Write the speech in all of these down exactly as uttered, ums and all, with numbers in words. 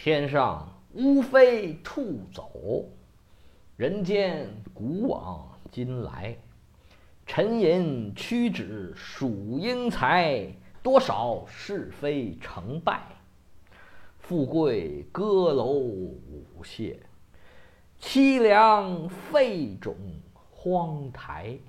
天上乌飞兔走，人间古往今来。沉吟屈指数英才，多少是非成败。富贵歌楼舞榭，凄凉废冢荒台。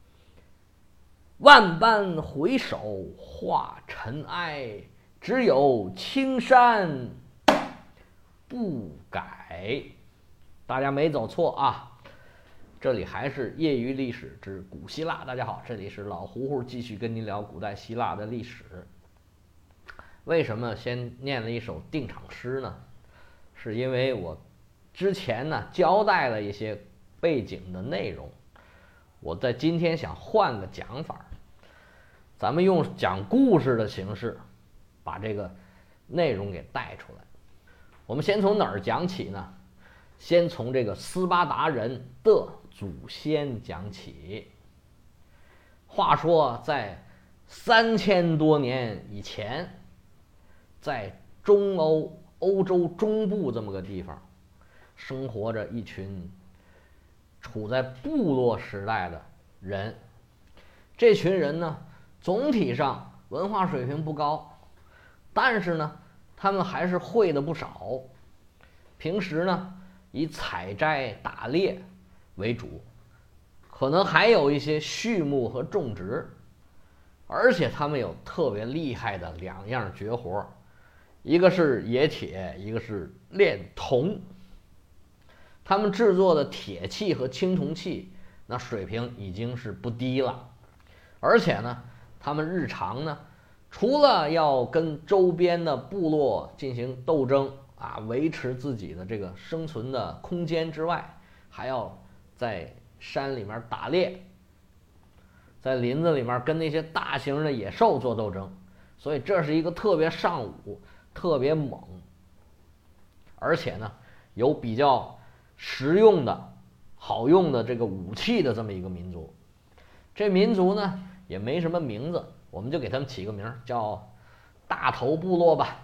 万般回首化尘埃，只有青山不改。大家没走错啊，这里还是业余历史之古希腊。大家好，这里是老胡胡继续跟您聊古代希腊的历史。为什么先念了一首定场诗呢？是因为我之前呢交代了一些背景的内容，我在今天想换个讲法，咱们用讲故事的形式把这个内容给带出来。我们先从哪儿讲起呢？先从这个斯巴达人的祖先讲起。话说在三千多年以前，在中欧欧洲中部这么个地方，生活着一群处在部落时代的人。这群人呢，总体上文化水平不高，但是呢他们还是会的不少。平时呢以采摘打猎为主，可能还有一些畜牧和种植。而且他们有特别厉害的两样绝活，一个是冶铁，一个是炼铜。他们制作的铁器和青铜器那水平已经是不低了。而且呢他们日常呢除了要跟周边的部落进行斗争啊，维持自己的这个生存的空间之外，还要在山里面打猎，在林子里面跟那些大型的野兽做斗争。所以这是一个特别尚武、特别猛，而且呢有比较实用的好用的这个武器的这么一个民族。这民族呢也没什么名字，我们就给他们起个名叫大头部落吧。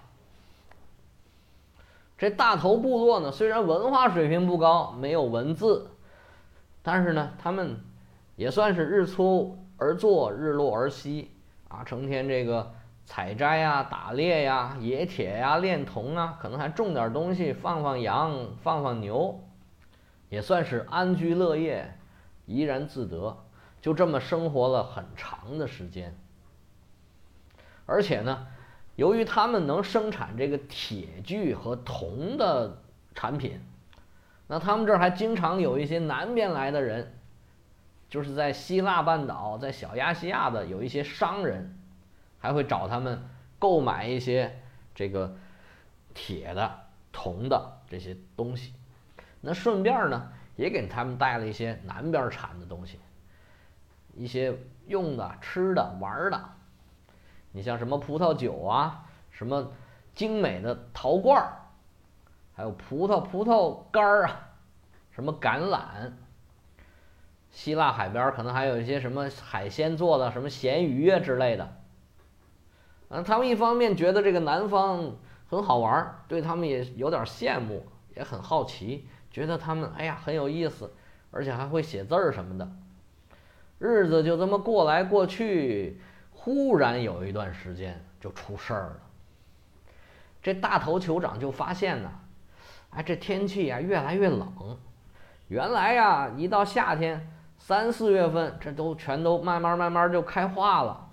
这大头部落呢虽然文化水平不高，没有文字，但是呢他们也算是日出而作日落而息啊，成天这个采摘呀、打猎呀、冶铁呀、炼铜啊，可能还种点东西，放放羊、放放牛，也算是安居乐业，怡然自得，就这么生活了很长的时间。而且呢由于他们能生产这个铁具和铜的产品，那他们这儿还经常有一些南边来的人，就是在希腊半岛，在小亚细亚的有一些商人，还会找他们购买一些这个铁的、铜的这些东西。那顺便呢也给他们带了一些南边产的东西，一些用的、吃的、玩的。你像什么葡萄酒啊，什么精美的陶罐，还有葡萄葡萄干儿啊，什么橄榄。希腊海边可能还有一些什么海鲜做的什么咸鱼啊之类的。啊，他们一方面觉得这个南方很好玩，对他们也有点羡慕，也很好奇，觉得他们哎呀很有意思，而且还会写字儿什么的。日子就这么过来过去，忽然有一段时间就出事儿了。这大头酋长就发现呢，哎，这天气呀越来越冷。原来呀一到夏天三四月份，这都全都慢慢慢慢就开花了，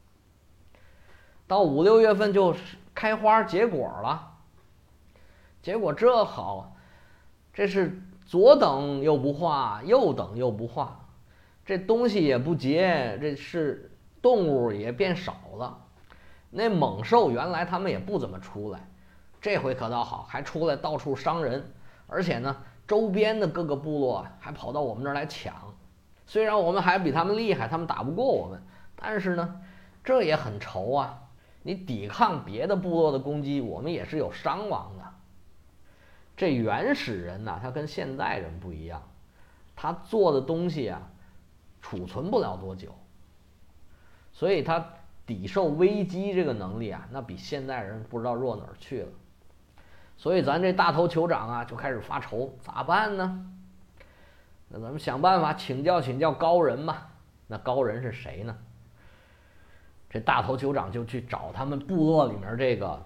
到五六月份就开花结果了。结果这好，这是左等又不化，右等又不化，这东西也不结，这是动物也变少了。那猛兽原来他们也不怎么出来，这回可倒好，还出来到处伤人。而且呢周边的各个部落还跑到我们这儿来抢。虽然我们还比他们厉害，他们打不过我们，但是呢这也很愁啊。你抵抗别的部落的攻击，我们也是有伤亡的。这原始人呢他跟现代人不一样，他做的东西啊储存不了多久，所以他抵受危机这个能力啊那比现代人不知道弱哪儿去了。 所以咱这大头酋长啊就开始发愁，咋办呢？那咱们想办法请教请教高人嘛。那高人是谁呢？这大头酋长就去找他们部落里面这个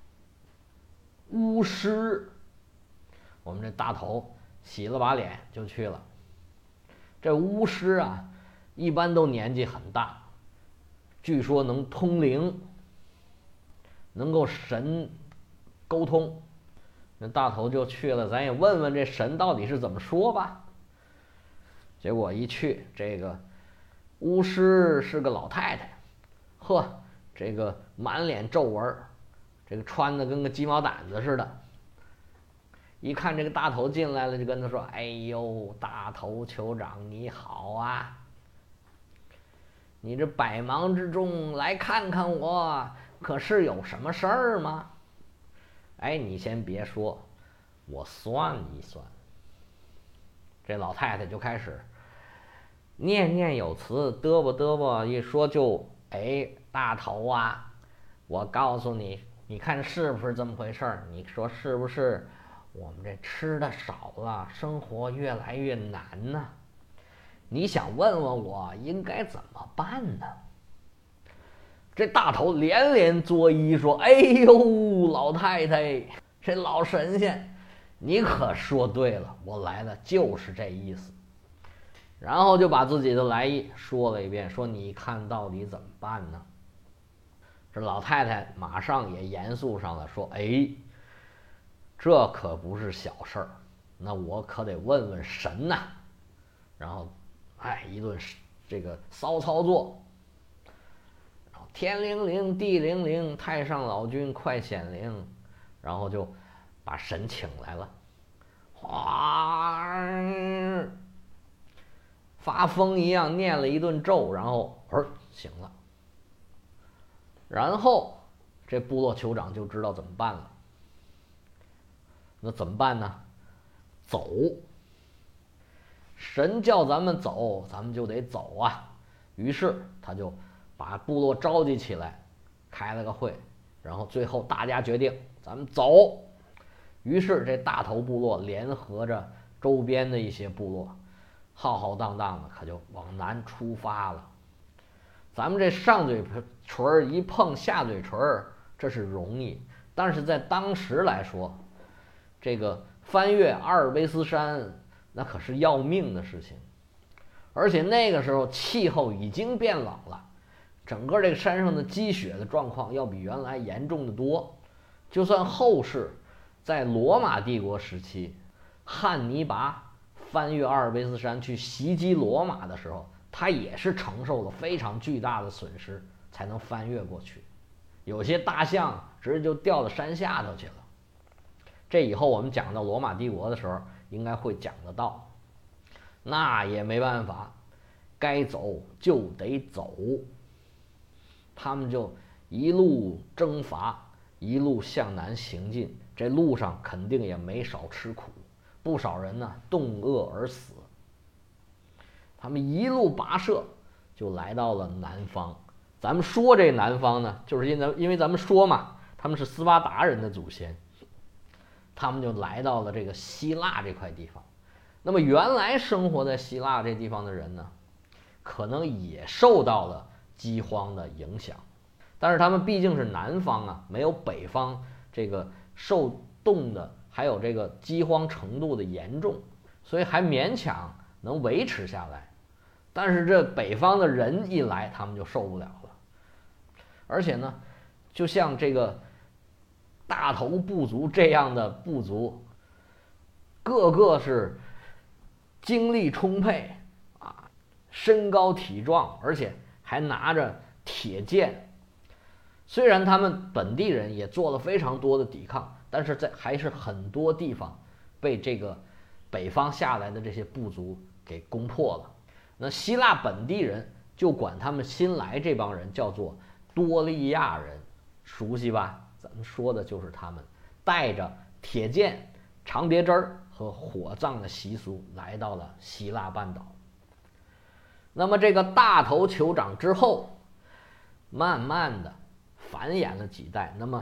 巫师。我们这大头洗了把脸就去了。这巫师啊一般都年纪很大，据说能通灵，能够神沟通。那大头就去了，咱也问问这神到底是怎么说吧。结果一去，这个巫师是个老太太，呵，这个满脸皱纹，这个穿的跟个鸡毛掸子似的。一看这个大头进来了，就跟他说：“哎呦，大头酋长你好啊，你这百忙之中来看看我，可是有什么事儿吗？哎，你先别说，我算一算。”这老太太就开始念念有词，嘚啵嘚啵一说就，哎，大头啊，我告诉你，你看是不是这么回事儿？你说是不是？我们这吃的少了，生活越来越难呢。你想问问我应该怎么办呢？这大头连连作揖说：“哎呦，老太太，这老神仙，你可说对了，我来了就是这意思。”然后就把自己的来意说了一遍，说：“你看到底怎么办呢？”这老太太马上也严肃上了，说：“哎，这可不是小事儿，那我可得问问神呐。”然后，哎，一顿这个骚操作。然后天灵灵，地灵灵，太上老君快显灵，然后就把神请来了，哗，发疯一样念了一顿咒，然后儿醒了。然后这部落酋长就知道怎么办了。那怎么办呢？走，神叫咱们走，咱们就得走啊。于是他就把部落召集起来，开了个会，然后最后大家决定咱们走。于是这大头部落联合着周边的一些部落，浩浩荡荡的可就往南出发了。咱们这上嘴唇一碰下嘴唇，这是容易，但是在当时来说，这个翻越阿尔卑斯山那可是要命的事情。而且那个时候气候已经变冷了，整个这个山上的积雪的状况要比原来严重的多。就算后世在罗马帝国时期，汉尼拔翻越阿尔卑斯山去袭击罗马的时候，他也是承受了非常巨大的损失才能翻越过去，有些大象直接就掉到山下头去了。这以后我们讲到罗马帝国的时候应该会讲得到。那也没办法，该走就得走。他们就一路征伐，一路向南行进，这路上肯定也没少吃苦，不少人呢冻饿而死。他们一路跋涉就来到了南方。咱们说这南方呢，就是因为因为咱们说嘛，他们是斯巴达人的祖先，他们就来到了这个希腊这块地方。那么原来生活在希腊这地方的人呢，可能也受到了饥荒的影响，但是他们毕竟是南方啊，没有北方这个受冻的还有这个饥荒程度的严重，所以还勉强能维持下来。但是这北方的人一来，他们就受不了了。而且呢，就像这个大头部族这样的部族，个个是精力充沛啊，身高体壮，而且还拿着铁剑。虽然他们本地人也做了非常多的抵抗，但是在还是很多地方被这个北方下来的这些部族给攻破了。那希腊本地人就管他们新来这帮人叫做多利亚人，熟悉吧？咱们说的就是他们带着铁剑、长别针和火葬的习俗来到了希腊半岛。那么这个大头酋长之后，慢慢的繁衍了几代，那么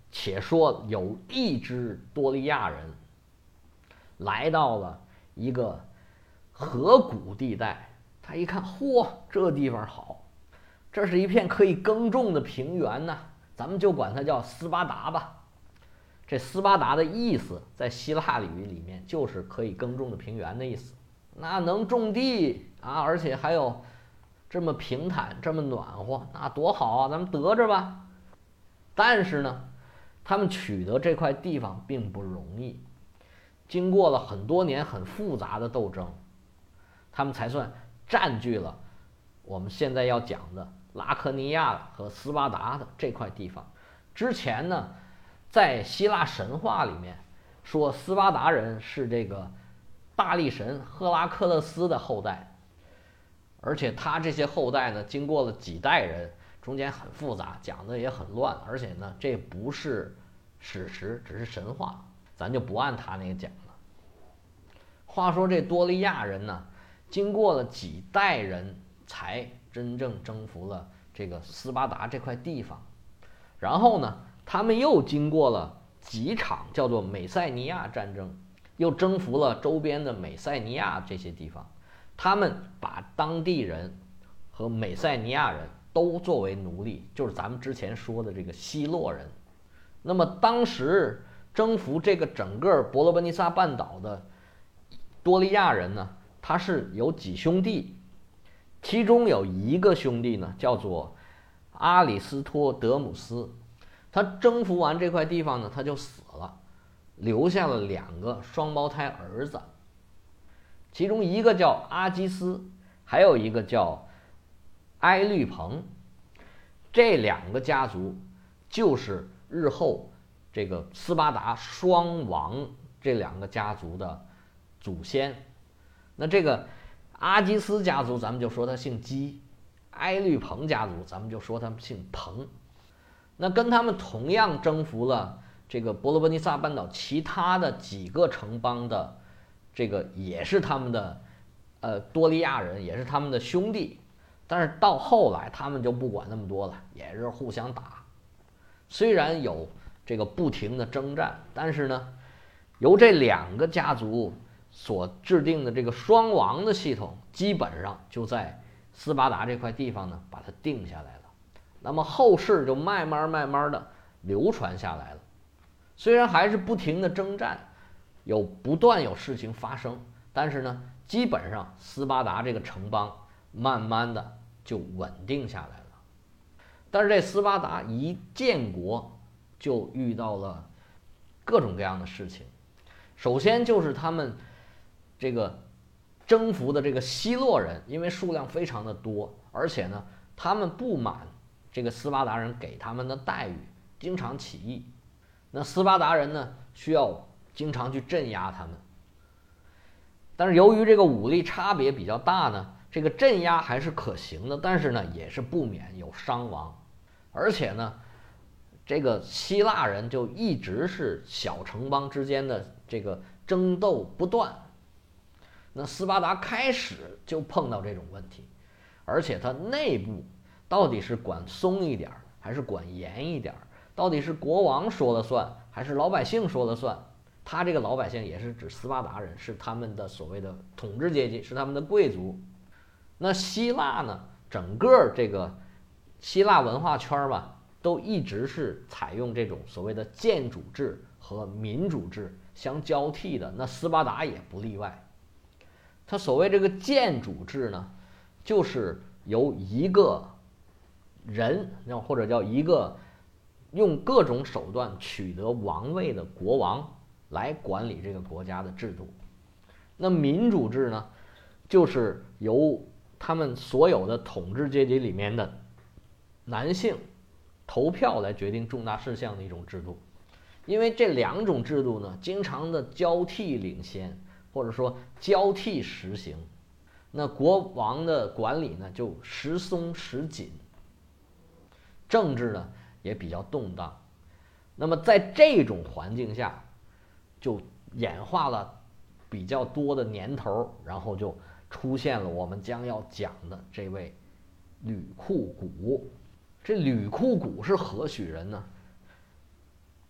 且说有一支多利亚人来到了一个河谷地带，他一看，嚯，这地方好，这是一片可以耕种的平原呢、啊，咱们就管它叫斯巴达吧。这斯巴达的意思在希腊语里面就是可以耕种的平原的意思。那能种地啊，而且还有这么平坦，这么暖和，那多好啊，咱们得着吧。但是呢，他们取得这块地方并不容易，经过了很多年很复杂的斗争，他们才算占据了我们现在要讲的拉科尼亚和斯巴达的这块地方。之前呢，在希腊神话里面说斯巴达人是这个大力神赫拉克勒斯的后代，而且他这些后代呢，经过了几代人，中间很复杂，讲的也很乱，而且呢，这不是史实，只是神话，咱就不按他那个讲了。话说这多利亚人呢，经过了几代人才真正征服了这个斯巴达这块地方，然后呢，他们又经过了几场叫做美塞尼亚战争，又征服了周边的美塞尼亚这些地方，他们把当地人和美塞尼亚人都作为奴隶，就是咱们之前说的这个希洛人。那么当时征服这个整个伯罗奔尼撒半岛的多利亚人呢，他是有几兄弟，其中有一个兄弟呢叫做阿里斯托德姆斯，他征服完这块地方呢，他就死了，留下了两个双胞胎儿子，其中一个叫阿基斯，还有一个叫埃律蓬。这两个家族就是日后这个斯巴达双王这两个家族的祖先。那这个阿基斯家族咱们就说他姓基，埃律蓬家族咱们就说他们姓彭。那跟他们同样征服了这个伯罗奔尼撒半岛其他的几个城邦的，这个也是他们的呃多利亚人，也是他们的兄弟。但是到后来他们就不管那么多了，也是互相打。虽然有这个不停的征战，但是呢，由这两个家族所制定的这个双王的系统，基本上就在斯巴达这块地方呢把它定下来了。那么后世就慢慢慢慢的流传下来了。虽然还是不停的征战，有不断有事情发生，但是呢，基本上斯巴达这个城邦慢慢的就稳定下来了。但是这斯巴达一建国就遇到了各种各样的事情。首先就是他们这个征服的这个希洛人，因为数量非常的多，而且呢，他们不满这个斯巴达人给他们的待遇，经常起义。那斯巴达人呢，需要经常去镇压他们。但是由于这个武力差别比较大呢，这个镇压还是可行的，但是呢，也是不免有伤亡。而且呢，这个希腊人就一直是小城邦之间的这个争斗不断。那斯巴达开始就碰到这种问题，而且它内部到底是管松一点还是管严一点，到底是国王说了算还是老百姓说了算。他这个老百姓也是指斯巴达人，是他们的所谓的统治阶级，是他们的贵族。那希腊呢，整个这个希腊文化圈吧，都一直是采用这种所谓的建主制和民主制相交替的，那斯巴达也不例外。他所谓这个建主制呢，就是由一个人或者叫一个用各种手段取得王位的国王来管理这个国家的制度。那民主制呢，就是由他们所有的统治阶级里面的男性投票来决定重大事项的一种制度。因为这两种制度呢，经常的交替领先，或者说交替实行，那国王的管理呢就时松时紧，政治呢也比较动荡。那么在这种环境下，就演化了比较多的年头，然后就出现了我们将要讲的这位吕库古。这吕库古是何许人呢？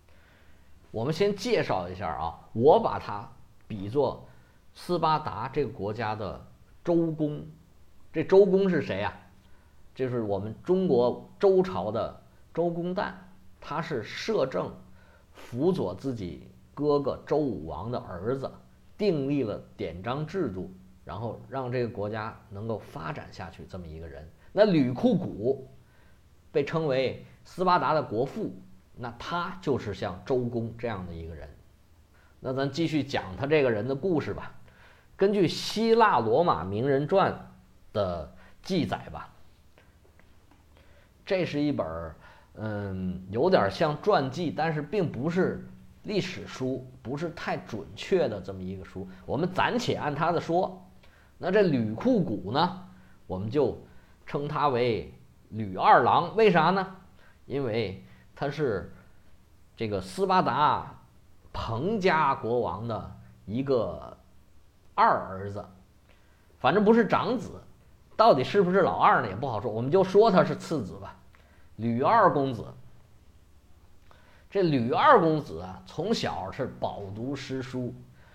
我们先介绍一下啊，我把它比作斯巴达这个国家的周公。这周公是谁啊？这是我们中国周朝的周公旦，他是摄政，辅佐自己哥哥周武王的儿子，订立了典章制度，然后让这个国家能够发展下去这么一个人。那吕库古被称为斯巴达的国父，那他就是像周公这样的一个人。那咱继续讲他这个人的故事吧。根据希腊罗马名人传的记载吧，这是一本嗯有点像传记，但是并不是历史书，不是太准确的这么一个书。我们暂且按他的说，那这吕库古呢，我们就称他为吕二郎。为啥呢？因为他是这个斯巴达彭家国王的一个二儿子，反正不是长子，到底是不是老二呢也不好说，我们就说他是次子吧。吕二公子，这吕二公子啊，从小是饱读诗书，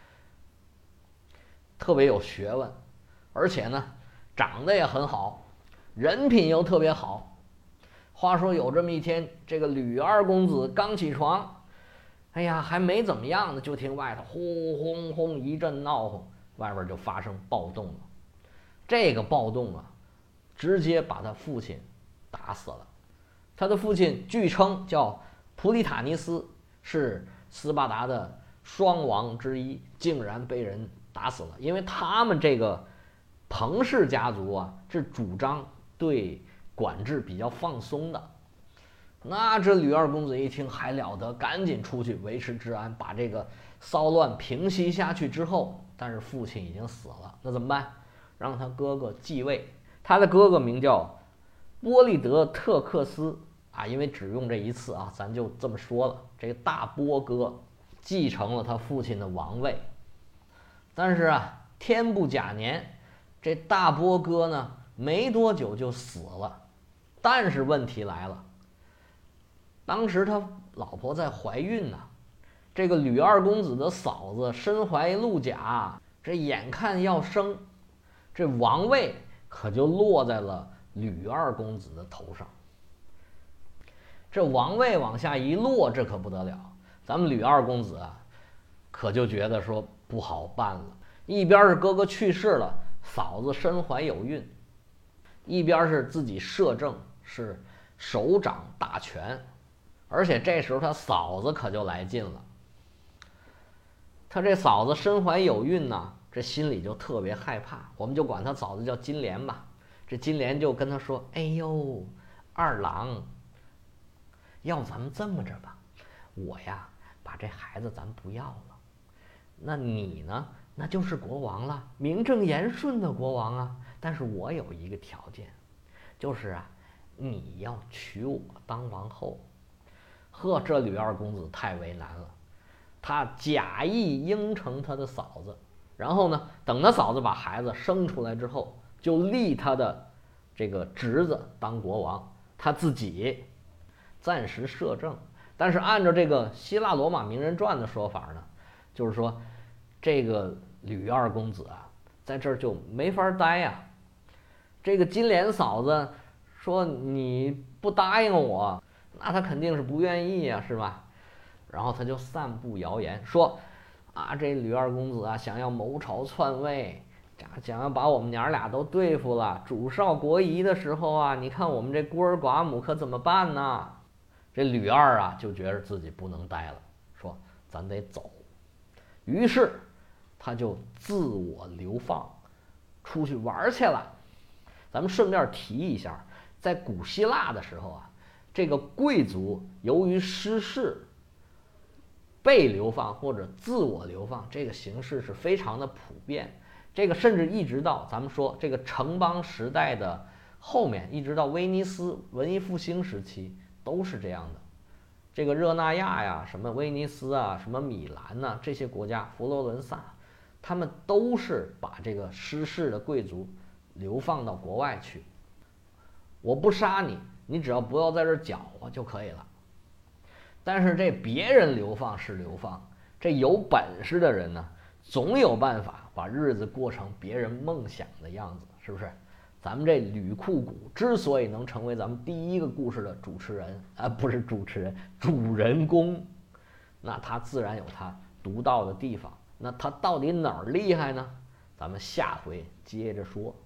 特别有学问，而且呢长得也很好，人品又特别好。话说有这么一天，这个吕二公子刚起床，哎呀还没怎么样呢，就听外头轰轰轰一阵闹哄，外边就发生暴动了。这个暴动啊，直接把他父亲打死了。他的父亲据称叫普里塔尼斯，是斯巴达的双王之一，竟然被人打死了。因为他们这个彭氏家族啊，是主张对管制比较放松的。那这吕二公子一听还了得，赶紧出去维持治安，把这个骚乱平息下去之后，但是父亲已经死了，那怎么办？让他哥哥继位。他的哥哥名叫波利德特克斯啊，因为只用这一次啊，咱就这么说了。这个大波哥继承了他父亲的王位，但是啊，天不假年，这大波哥呢没多久就死了。但是问题来了，当时他老婆在怀孕呢、啊，这个吕二公子的嫂子身怀禄甲，这眼看要生，这王位可就落在了吕二公子的头上。这王位往下一落，这可不得了，咱们吕二公子啊，可就觉得说不好办了。一边是哥哥去世了，嫂子身怀有孕，一边是自己摄政，是手掌大权，而且这时候他嫂子可就来劲了。他这嫂子身怀有孕呢，这心里就特别害怕，我们就管他嫂子叫金莲吧。这金莲就跟他说：“哎呦，二郎，要咱们这么着吧，我呀把这孩子咱不要了，那你呢，那就是国王了，名正言顺的国王啊。但是我有一个条件，就是啊，你要娶我当王后。”呵，这吕二公子太为难了，他假意应承他的嫂子，然后呢，等他嫂子把孩子生出来之后，就立他的这个侄子当国王，他自己暂时摄政。但是按照这个希腊罗马名人传的说法呢，就是说这个吕二公子啊，在这儿就没法待呀、啊。这个金莲嫂子说你不答应我，那他肯定是不愿意呀、啊，是吧？然后他就散布谣言说啊，这吕二公子啊想要谋朝篡位，想要把我们娘俩都对付了。主少国疑的时候啊，你看我们这孤儿寡母可怎么办呢？这吕二啊就觉得自己不能待了，说咱得走。于是他就自我流放，出去玩去了。咱们顺便提一下，在古希腊的时候啊，这个贵族由于失势被流放或者自我流放，这个形式是非常的普遍。这个甚至一直到咱们说这个城邦时代的后面，一直到威尼斯文艺复兴时期都是这样的。这个热那亚呀，什么威尼斯啊，什么米兰呐、啊，这些国家，佛罗伦萨，他们都是把这个失势的贵族流放到国外去。我不杀你，你只要不要在这儿搅和就可以了。 但是这别人流放是流放，这有本事的人呢，总有办法把日子过成别人梦想的样子，是不是？咱们这吕库古之所以能成为咱们第一个故事的主持人啊，不是主持人，主人公，那他自然有他独到的地方。那他到底哪儿厉害呢？咱们下回接着说。